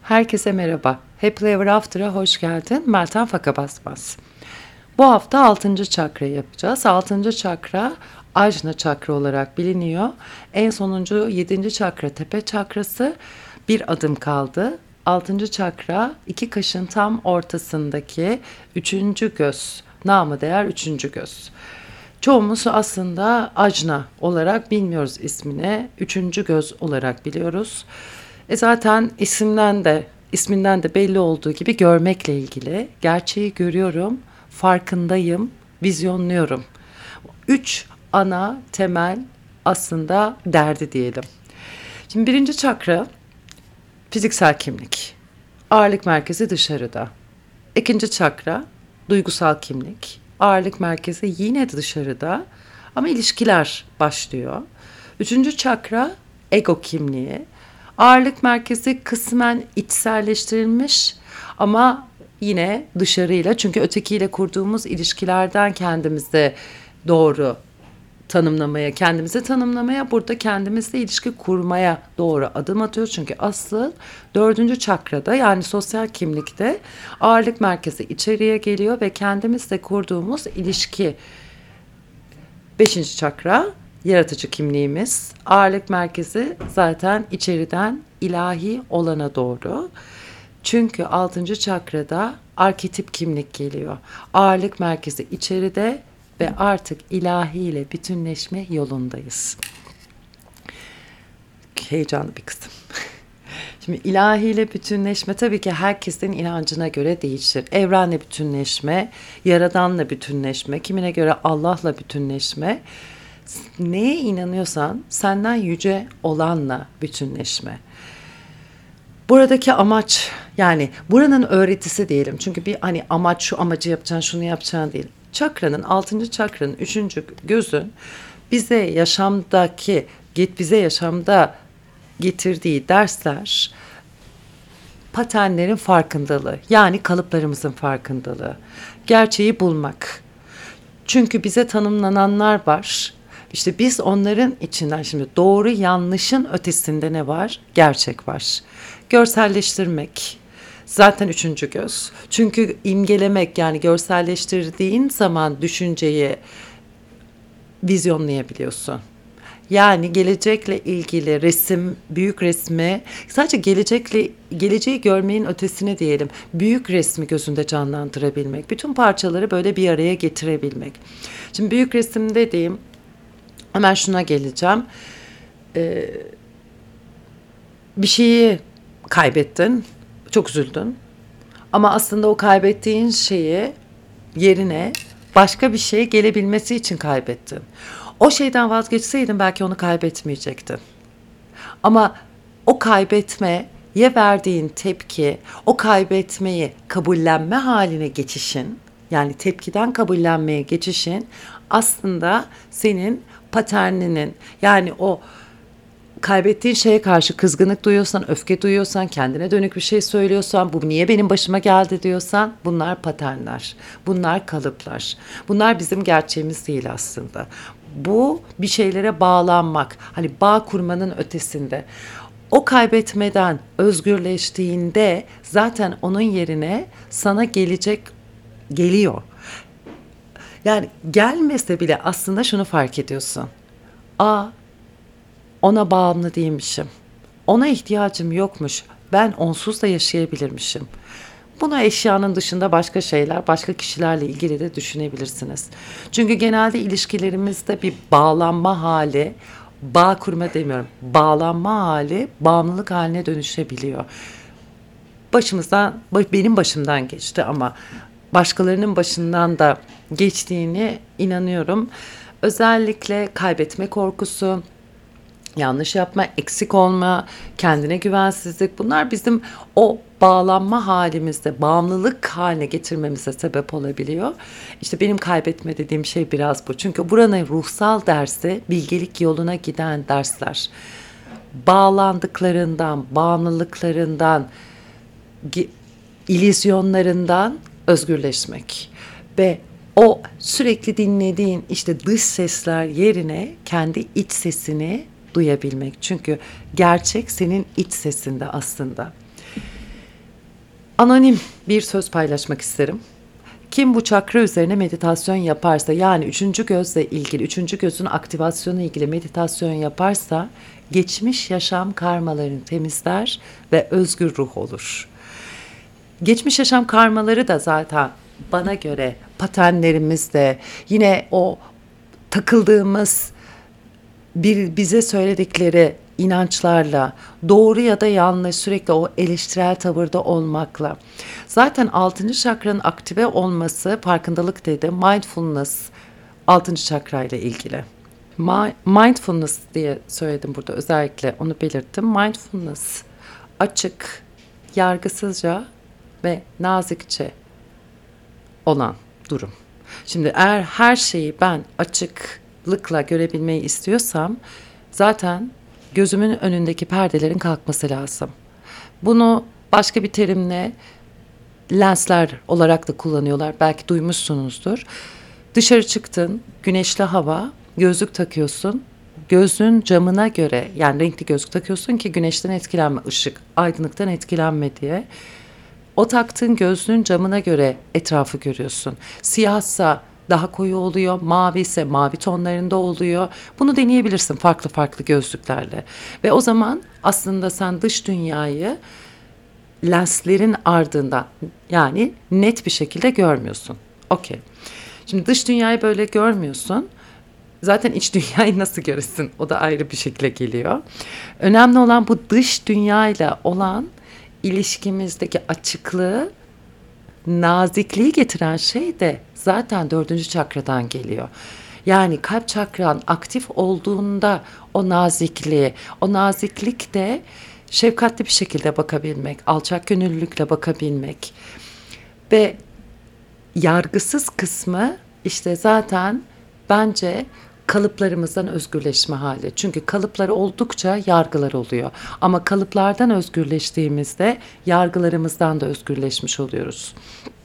Herkese merhaba. Happily Ever After'a hoş geldin. Meltem Faka Basmaz. Bu hafta 6. çakrayı yapacağız. 6. çakra Ajna çakra olarak biliniyor. En sonuncu 7. çakra tepe çakrası. Bir adım kaldı. 6. çakra iki kaşın tam ortasındaki 3. göz. Namı değer 3. göz. Çoğumuz aslında Ajna olarak bilmiyoruz ismini. 3. göz olarak biliyoruz. Zaten isminden de belli olduğu gibi görmekle ilgili. Gerçeği görüyorum, farkındayım, vizyonluyorum. 3 ana temel aslında derdi diyelim. Şimdi 1. çakra fiziksel kimlik. Ağırlık merkezi dışarıda. 2. çakra duygusal kimlik. Ağırlık merkezi yine de dışarıda ama ilişkiler başlıyor. 3. çakra ego kimliği. Ağırlık merkezi kısmen içselleştirilmiş ama yine dışarıyla, çünkü ötekiyle kurduğumuz ilişkilerden kendimize doğru kendimizi tanımlamaya, burada kendimizle ilişki kurmaya doğru adım atıyoruz. Çünkü asıl 4. çakrada, yani sosyal kimlikte ağırlık merkezi içeriye geliyor ve kendimizle kurduğumuz ilişki. 5. çakra yaratıcı kimliğimiz. Ağırlık merkezi zaten içeriden ilahi olana doğru. Çünkü 6. çakrada arketip kimlik geliyor. Ağırlık merkezi içeride ve artık ilahiyle bütünleşme yolundayız. Heyecanlı bir kısım. Şimdi ilahiyle bütünleşme tabii ki herkesin inancına göre değişir. Evrenle bütünleşme, yaradanla bütünleşme, kimine göre Allah'la bütünleşme. Neye inanıyorsan senden yüce olanla bütünleşme. Buradaki amaç, yani buranın öğretisi diyelim. Çünkü bir amaç, şu amacı yapacaksın, şunu yapacaksın değil. Çakranın, 6. çakranın 3. gözün bize yaşamda getirdiği dersler, paternlerin farkındalığı, yani kalıplarımızın farkındalığı, gerçeği bulmak. Çünkü bize tanımlananlar var. İşte biz onların içinden, şimdi doğru yanlışın ötesinde ne var? Gerçek var. Görselleştirmek. Zaten 3. göz. Çünkü imgelemek, yani görselleştirdiğin zaman düşünceyi vizyonlayabiliyorsun. Yani gelecekle ilgili resim, büyük resmi, sadece geleceği görmenin ötesine diyelim, büyük resmi gözünde canlandırabilmek, bütün parçaları böyle bir araya getirebilmek. Şimdi büyük resim dediğim, hemen şuna geleceğim. Bir şeyi kaybettin, çok üzüldün. Ama aslında o kaybettiğin şeyi yerine başka bir şey gelebilmesi için kaybettin. O şeyden vazgeçseydin belki onu kaybetmeyecektin. Ama o kaybetmeye verdiğin tepki, o kaybetmeyi kabullenme haline geçişin, yani tepkiden kabullenmeye geçişin aslında senin paterninin, yani o kaybettiğin şeye karşı kızgınlık duyuyorsan, öfke duyuyorsan, kendine dönük bir şey söylüyorsan, bu niye benim başıma geldi diyorsan, bunlar paternler, bunlar kalıplar. Bunlar bizim gerçeğimiz değil aslında. Bu bir şeylere bağlanmak, hani bağ kurmanın ötesinde. O kaybetmeden özgürleştiğinde zaten onun yerine sana geliyor. Yani gelmese bile aslında şunu fark ediyorsun. Ona bağımlı değilmişim. Ona ihtiyacım yokmuş. Ben onsuz da yaşayabilirmişim. Bunu eşyanın dışında başka şeyler, başka kişilerle ilgili de düşünebilirsiniz. Çünkü genelde ilişkilerimizde bir bağlanma hali, bağ kurma demiyorum, bağlanma hali bağımlılık haline dönüşebiliyor. Benim başımdan geçti ama başkalarının başından da geçtiğini inanıyorum. Özellikle kaybetme korkusu, yanlış yapma, eksik olma, kendine güvensizlik, bunlar bizim o bağlanma halimizde bağımlılık haline getirmemize sebep olabiliyor. İşte benim kaybetme dediğim şey biraz bu. Çünkü buranın ruhsal dersi, bilgelik yoluna giden dersler. Bağlandıklarından, bağımlılıklarından, illüzyonlarından özgürleşmek ve o sürekli dinlediğin işte dış sesler yerine kendi iç sesini duyabilmek. Çünkü gerçek senin iç sesinde aslında. Anonim bir söz paylaşmak isterim. Kim bu çakra üzerine meditasyon yaparsa, yani üçüncü gözle ilgili, üçüncü gözün aktivasyonu ilgili meditasyon yaparsa geçmiş yaşam karmalarını temizler ve özgür ruh olur. Geçmiş yaşam karmaları da zaten bana göre paternlerimizde, yine o takıldığımız bize söyledikleri inançlarla, doğru ya da yanlış, sürekli o eleştirel tavırda olmakla. Zaten 6. çakranın aktive olması, farkındalık dedim, mindfulness 6. çakra ile ilgili. Mindfulness diye söyledim burada, özellikle onu belirttim. Mindfulness açık, yargısızca ve nazikçe olan durum. Şimdi eğer her şeyi ben açıklıkla görebilmeyi istiyorsam zaten gözümün önündeki perdelerin kalkması lazım. Bunu başka bir terimle lensler olarak da kullanıyorlar. Belki duymuşsunuzdur. Dışarı çıktın, güneşli hava, gözlük takıyorsun. Gözün camına göre, yani renkli gözlük takıyorsun ki güneşten etkilenme, ışık, aydınlıktan etkilenme diye. O taktığın gözlüğün camına göre etrafı görüyorsun. Siyahsa daha koyu oluyor, mavi ise mavi tonlarında oluyor. Bunu deneyebilirsin farklı farklı gözlüklerle. Ve o zaman aslında sen dış dünyayı lenslerin ardından, yani net bir şekilde görmüyorsun. Okey. Şimdi dış dünyayı böyle görmüyorsun. Zaten iç dünyayı nasıl görürsün? O da ayrı bir şekilde geliyor. Önemli olan bu dış dünyayla olan ilişkimizdeki açıklığı, nazikliği getiren şey de zaten 4. çakradan geliyor. Yani kalp çakran aktif olduğunda o naziklik de şefkatli bir şekilde bakabilmek, alçak gönüllülükle bakabilmek ve yargısız kısmı işte zaten bence kalıplarımızdan özgürleşme hali. Çünkü kalıplar oldukça yargılar oluyor. Ama kalıplardan özgürleştiğimizde yargılarımızdan da özgürleşmiş oluyoruz.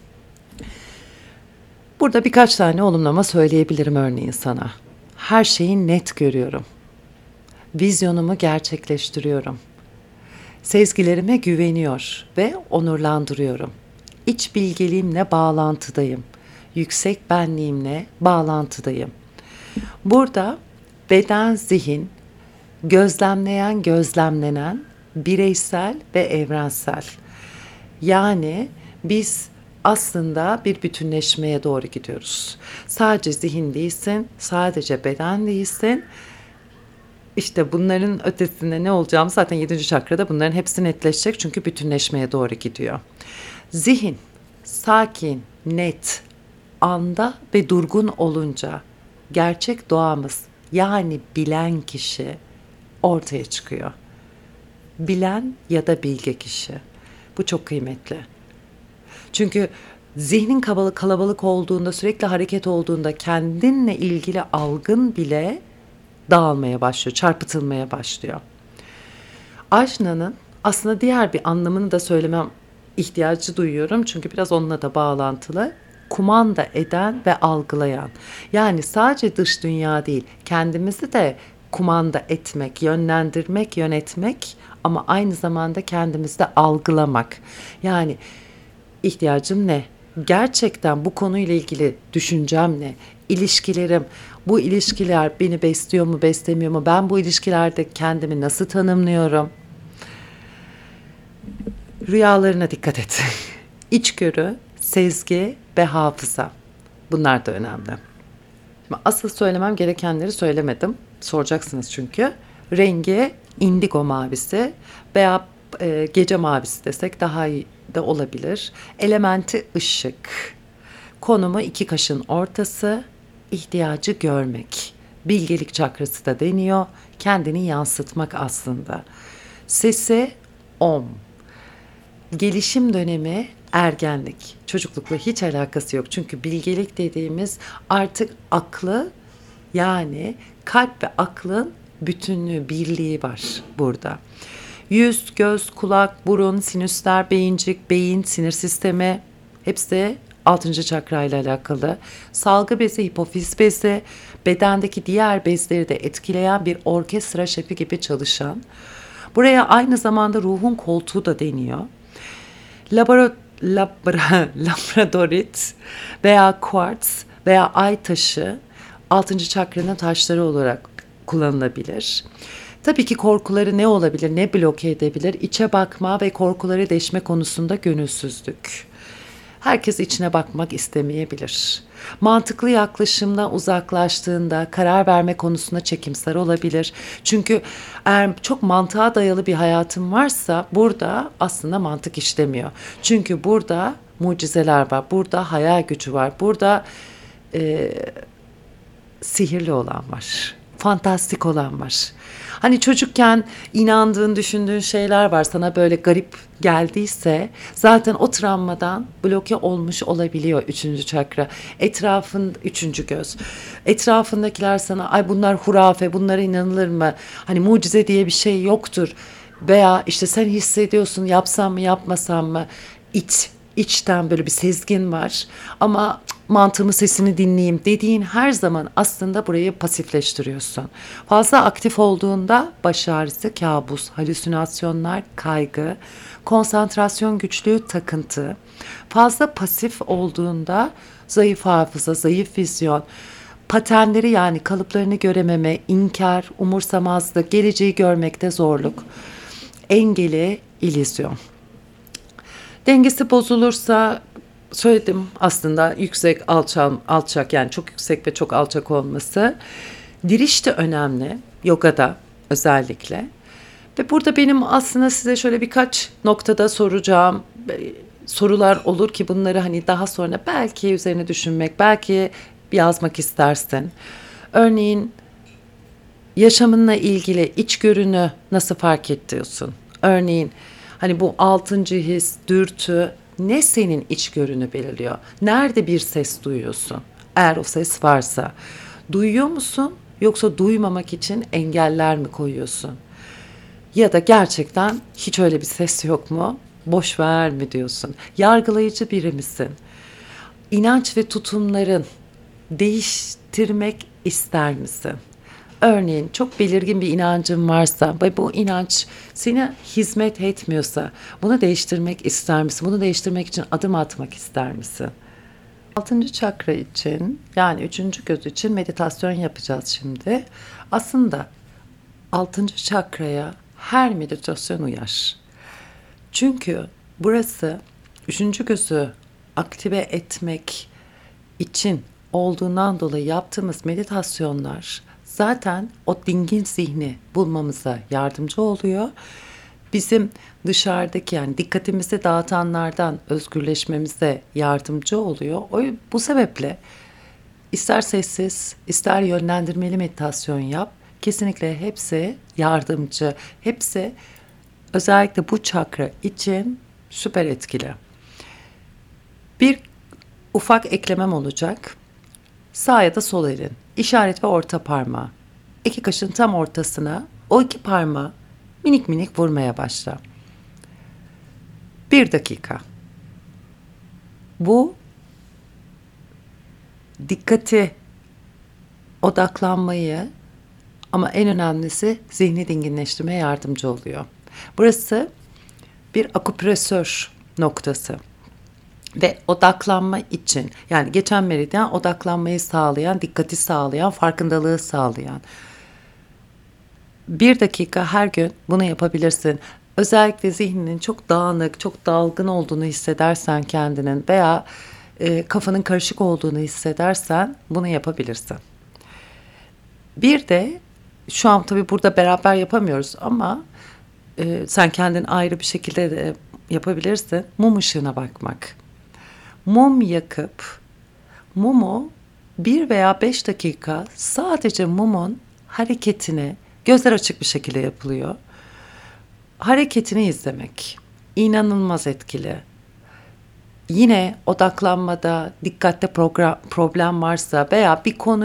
Burada birkaç tane olumlama söyleyebilirim örneğin sana. Her şeyi net görüyorum. Vizyonumu gerçekleştiriyorum. Sezgilerime güveniyor ve onurlandırıyorum. İç bilgeliğimle bağlantıdayım. Yüksek benliğimle bağlantıdayım. Burada beden, zihin, gözlemleyen, gözlemlenen, bireysel ve evrensel. Yani biz aslında bir bütünleşmeye doğru gidiyoruz. Sadece zihin değilsin, sadece beden değilsin. İşte bunların ötesinde ne olacağımı zaten 7. çakrada bunların hepsi netleşecek, çünkü bütünleşmeye doğru gidiyor. Zihin sakin, net, anda ve durgun olunca gerçek doğamız, yani bilen kişi ortaya çıkıyor. Bilen ya da bilge kişi. Bu çok kıymetli. Çünkü zihnin kalabalık olduğunda, sürekli hareket olduğunda kendinle ilgili algın bile dağılmaya başlıyor, çarpıtılmaya başlıyor. Ajna'nın aslında diğer bir anlamını da söylemem ihtiyacı duyuyorum. Çünkü biraz onunla da bağlantılı. Kumanda eden ve algılayan. Yani sadece dış dünya değil, kendimizi de kumanda etmek, yönlendirmek, yönetmek, ama aynı zamanda kendimizi de algılamak. Yani ihtiyacım ne? Gerçekten bu konuyla ilgili düşüncem ne? İlişkilerim, bu ilişkiler beni besliyor mu, beslemiyor mu? Ben bu ilişkilerde kendimi nasıl tanımlıyorum? Rüyalarına dikkat et. İçgörü, sezgi ve hafıza. Bunlar da önemli. Şimdi asıl söylemem gerekenleri söylemedim. Soracaksınız çünkü. Rengi indigo mavisi veya gece mavisi desek daha iyi de olabilir. Elementi ışık. Konumu 2 kaşın ortası. İhtiyacı görmek. Bilgelik çakrası da deniyor. Kendini yansıtmak aslında. Sesi Om. Gelişim dönemi ergenlik. Çocuklukla hiç alakası yok. Çünkü bilgelik dediğimiz artık aklı, yani kalp ve aklın bütünlüğü, birliği var burada. Yüz, göz, kulak, burun, sinüsler, beyincik, beyin, sinir sistemi hepsi 6. çakra ile alakalı. Salgı bezi, hipofiz bezi, bedendeki diğer bezleri de etkileyen bir orkestra şefi gibi çalışan. Buraya aynı zamanda ruhun koltuğu da deniyor. labradorit veya kuarts veya ay taşı 6. çakranın taşları olarak kullanılabilir. Tabii ki korkuları ne olabilir, ne bloke edebilir? İçe bakma ve korkuları deşme konusunda gönülsüzlük. Herkes içine bakmak istemeyebilir. Mantıklı yaklaşımdan uzaklaştığında karar verme konusunda çekimser olabilir. Çünkü eğer çok mantığa dayalı bir hayatın varsa burada aslında mantık işlemiyor. Çünkü burada mucizeler var, burada hayal gücü var, burada sihirli olan var. Fantastik olan var. Hani çocukken inandığın, düşündüğün şeyler var. Sana böyle garip geldiyse zaten o travmadan bloke olmuş olabiliyor 3. çakra. Etrafın 3. göz. Etrafındakiler sana ay bunlar hurafe, bunlara inanılır mı? Hani mucize diye bir şey yoktur. Veya işte sen hissediyorsun yapsam mı yapmasam mı? İçten böyle bir sezgin var. Ama mantığımın sesini dinleyeyim dediğin her zaman aslında burayı pasifleştiriyorsun. Fazla aktif olduğunda baş ağrısı, kabus, halüsinasyonlar, kaygı, konsantrasyon güçlüğü, takıntı. Fazla pasif olduğunda zayıf hafıza, zayıf vizyon, paternleri yani kalıplarını görememe, inkar, umursamazlık, geleceği görmekte zorluk, engeli, illüzyon. Dengesi bozulursa söyledim aslında yüksek alçak yani çok yüksek ve çok alçak olması. Diriş de önemli yogada özellikle. Ve burada benim aslında size şöyle birkaç noktada soracağım sorular olur ki bunları hani daha sonra belki üzerine düşünmek, belki yazmak istersin. Örneğin yaşamınla ilgili içgörünü nasıl fark ediyorsun? Örneğin hani bu 6. his, dürtü ne senin içgörünü belirliyor? Nerede bir ses duyuyorsun? Eğer o ses varsa duyuyor musun yoksa duymamak için engeller mi koyuyorsun? Ya da gerçekten hiç öyle bir ses yok mu? Boş ver mi diyorsun? Yargılayıcı biri misin? İnanç ve tutumların değiştirmek ister misin? Örneğin çok belirgin bir inancın varsa ve bu inanç sana hizmet etmiyorsa bunu değiştirmek ister misin? Bunu değiştirmek için adım atmak ister misin? 6. çakra için yani 3. göz için meditasyon yapacağız şimdi. Aslında 6. çakraya her meditasyon uyar. Çünkü burası 3. gözü aktive etmek için olduğundan dolayı yaptığımız meditasyonlar zaten o dingin zihni bulmamıza yardımcı oluyor. Bizim dışarıdaki yani dikkatimizi dağıtanlardan özgürleşmemize yardımcı oluyor. Bu sebeple ister sessiz, ister yönlendirmeli meditasyon yap. Kesinlikle hepsi yardımcı. Hepsi özellikle bu çakra için süper etkili. Bir ufak eklemem olacak. Sağ ya da sol elin, işaret ve orta parmağı. 2 kaşın tam ortasına o 2 parmağı minik minik vurmaya başla. 1 dakika. Bu dikkati, odaklanmayı ama en önemlisi zihni dinginleştirmeye yardımcı oluyor. Burası bir akupresör noktası. Ve odaklanma için yani geçen meridyen odaklanmayı sağlayan, dikkati sağlayan, farkındalığı sağlayan. 1 dakika her gün bunu yapabilirsin. Özellikle zihninin çok dağınık, çok dalgın olduğunu hissedersen kendinin veya kafanın karışık olduğunu hissedersen bunu yapabilirsin. Bir de şu an tabii burada beraber yapamıyoruz ama sen kendin ayrı bir şekilde de yapabilirsin. Mum ışığına bakmak. Mum yakıp mumu 1 veya 5 dakika sadece mumun hareketini gözler açık bir şekilde yapılıyor. Hareketini izlemek inanılmaz etkili. Yine odaklanmada, dikkatte problem varsa veya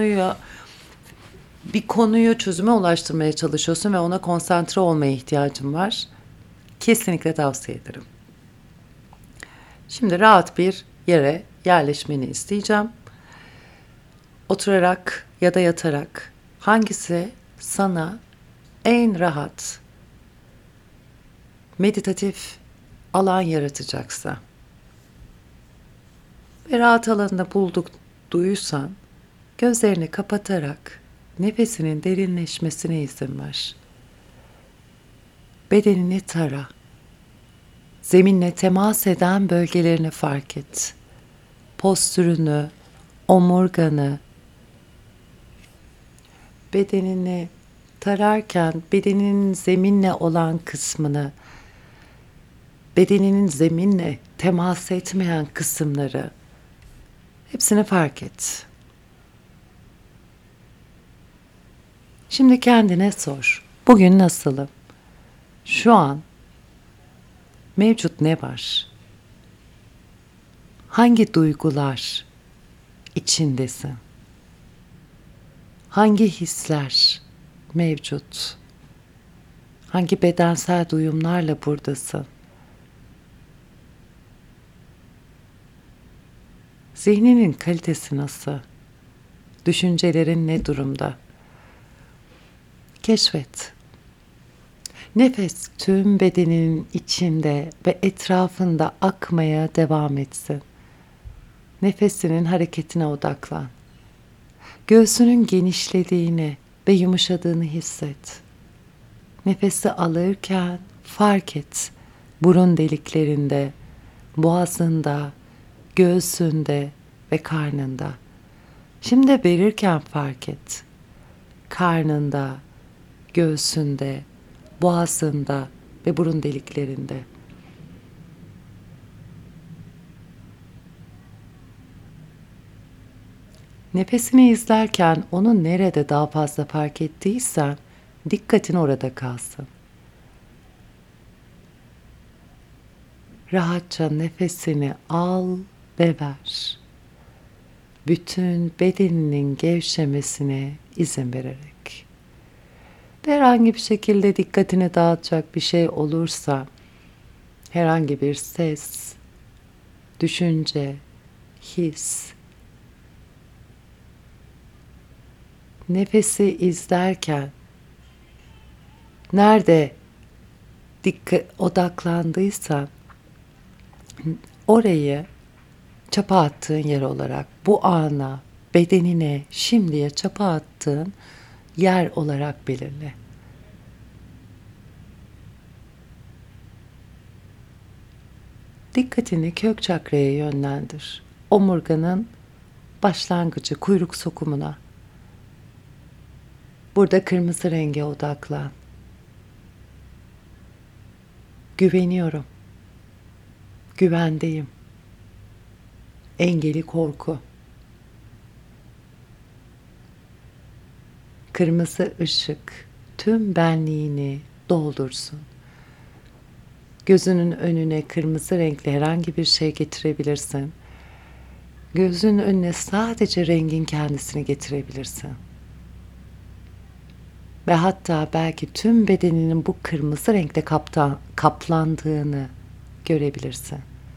bir konuyu çözüme ulaştırmaya çalışıyorsun ve ona konsantre olmaya ihtiyacın var. Kesinlikle tavsiye ederim. Şimdi rahat bir yere yerleşmeni isteyeceğim. Oturarak ya da yatarak hangisi sana en rahat meditatif alan yaratacaksa Ve rahat alanında duysan gözlerini kapatarak nefesinin derinleşmesine izin ver. Bedenini tara. Zeminle temas eden bölgelerini fark et. Postürünü, omurganı, bedenini tararken bedeninin zeminle olan kısmını, bedeninin zeminle temas etmeyen kısımları hepsini fark et. Şimdi kendine sor. Bugün nasılım? Şu an mevcut ne var? Hangi duygular içindesin? Hangi hisler mevcut? Hangi bedensel duyumlarla buradasın? Zihninin kalitesi nasıl? Düşüncelerin ne durumda? Keşfet. Nefes tüm bedeninin içinde ve etrafında akmaya devam etsin. Nefesinin hareketine odaklan. Göğsünün genişlediğini ve yumuşadığını hisset. Nefesi alırken fark et. Burun deliklerinde, boğazında, göğsünde ve karnında. Şimdi verirken fark et. Karnında, göğsünde, boğazında ve burun deliklerinde. Nefesini izlerken onu nerede daha fazla fark ettiysen dikkatin orada kalsın. Rahatça nefesini al ve ver. Bütün bedeninin gevşemesine izin vererek. Herhangi bir şekilde dikkatini dağıtacak bir şey olursa, herhangi bir ses, düşünce, his, nefesi izlerken nerede odaklandıysan orayı çapa attığın yer olarak, bu ana, bedenine, şimdiye çapa attığın yer olarak belirle. Dikkatini kök çakraya yönlendir. Omurganın başlangıcı, kuyruk sokumuna. Burada kırmızı renge odaklan. Güveniyorum. Güvendeyim. Engeli korku. Kırmızı ışık tüm benliğini doldursun. Gözünün önüne kırmızı renkli herhangi bir şey getirebilirsin. Gözünün önüne sadece rengin kendisini getirebilirsin. Ve hatta belki tüm bedeninin bu kırmızı renkle kaplandığını görebilirsin.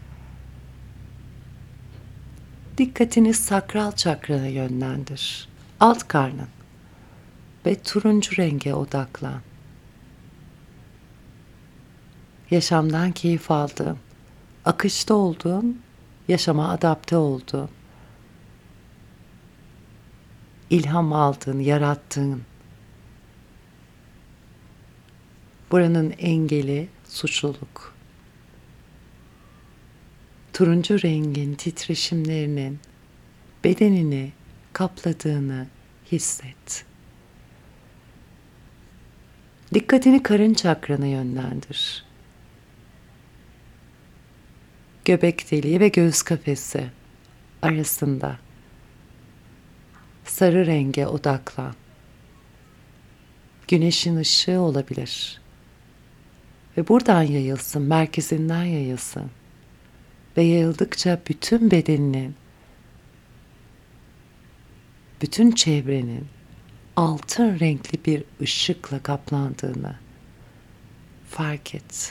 Dikkatini sakral çakrana yönlendir. Alt karnın ve turuncu renge odaklan. Yaşamdan keyif aldığın, akışta olduğun, yaşama adapte olduğun, ilham aldığın, yarattığın. Buranın engeli suçluluk. Turuncu rengin titreşimlerinin bedenini kapladığını hisset. Dikkatini karın çakrana yönlendir. Göbek deliği ve göğüs kafesi arasında sarı renge odaklan. Güneşin ışığı olabilir. Ve buradan yayılsın, merkezinden yayılsın. Ve yayıldıkça bütün bedeninin, bütün çevrenin altın renkli bir ışıkla kaplandığını fark et.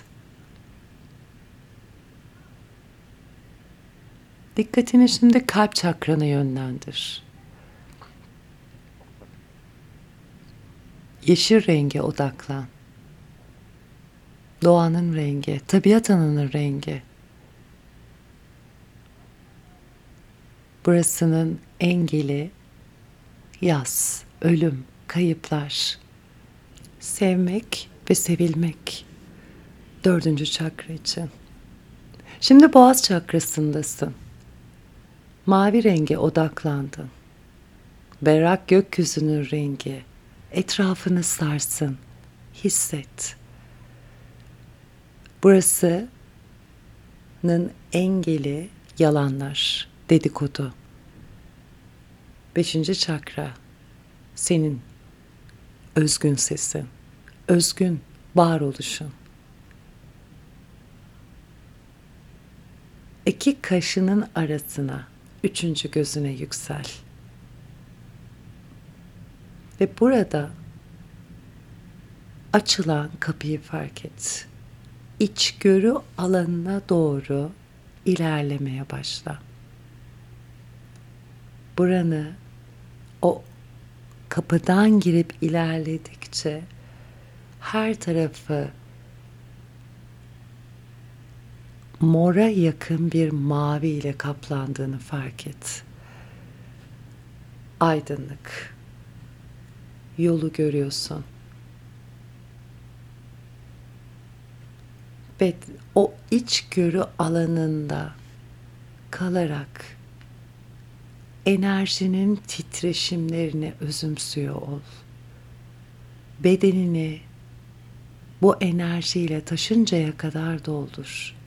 Dikkatini şimdi kalp çakrana yönlendir. Yeşil renge odaklan. Doğanın rengi, tabiat anının rengi. Burasının engeli yaz, ölüm, kayıplar, sevmek ve sevilmek. 4. çakra için. Şimdi boğaz çakrasındasın. Mavi renge odaklandın. Berrak gökyüzünün rengi etrafını sarsın. Hisset. Burasının engeli yalanlar, dedikodu. 5. çakra senin özgün sesin, özgün varoluşun. 2 kaşının arasına 3. gözüne yüksel. Ve burada açılan kapıyı fark et. İçgörü alanına doğru ilerlemeye başla. Buranı o kapıdan girip ilerledikçe her tarafı mora yakın bir mavi ile kaplandığını fark et. Aydınlık. Yolu görüyorsun. Ve o içgörü alanında kalarak enerjinin titreşimlerini özümsüyor ol. Bedenini bu enerjiyle taşıncaya kadar doldur.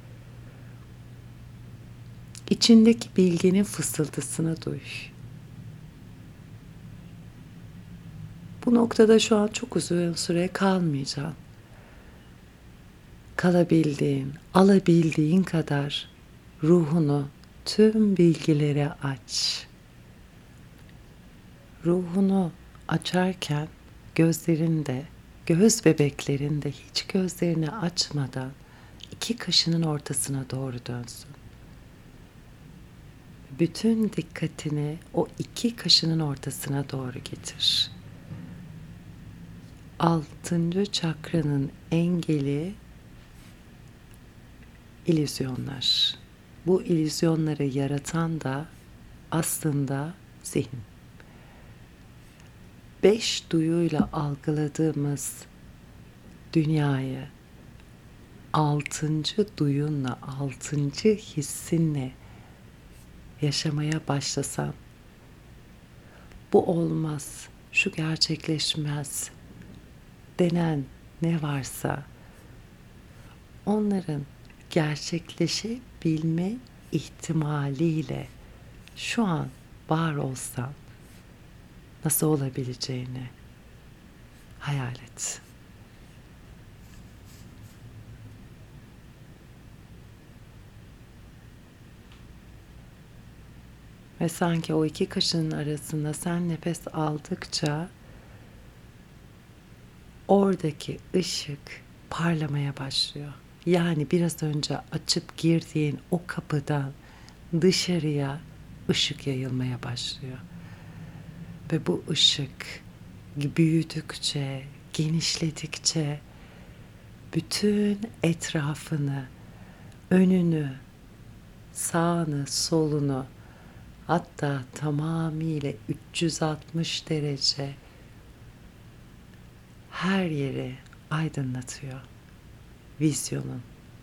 İçindeki bilginin fısıltısını duy. Bu noktada şu an çok uzun süre kalmayacaksın. Kalabildiğin, alabildiğin kadar ruhunu tüm bilgilere aç. Ruhunu açarken gözlerinde, göz bebeklerinde hiç gözlerini açmadan 2 kaşının ortasına doğru dönsün. Bütün dikkatini o 2 kaşının ortasına doğru getir. 6. çakranın engeli illüzyonlar. Bu illüzyonları yaratan da aslında zihin. 5 duyuyla algıladığımız dünyayı 6. duyunla, 6. hissinle yaşamaya başlasan, bu olmaz, şu gerçekleşmez denen ne varsa onların gerçekleşebilme ihtimaliyle şu an var olsan nasıl olabileceğini hayal et. Ve sanki o 2 kaşının arasında sen nefes aldıkça oradaki ışık parlamaya başlıyor. Yani biraz önce açıp girdiğin o kapıdan dışarıya ışık yayılmaya başlıyor. Ve bu ışık büyüdükçe, genişledikçe bütün etrafını, önünü, sağını, solunu, hatta tamamıyla 360 derece her yeri aydınlatıyor vizyonun.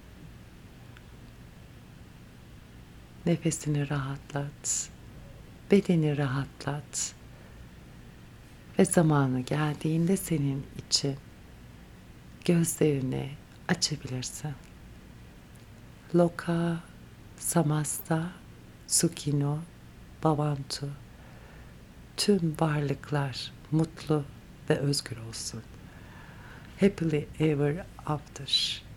Nefesini rahatlat, bedeni rahatlat ve zamanı geldiğinde senin için gözlerini açabilirsin. Loka samasta sukhino bhavantu. Tüm varlıklar mutlu ve özgür olsun. Happily ever after.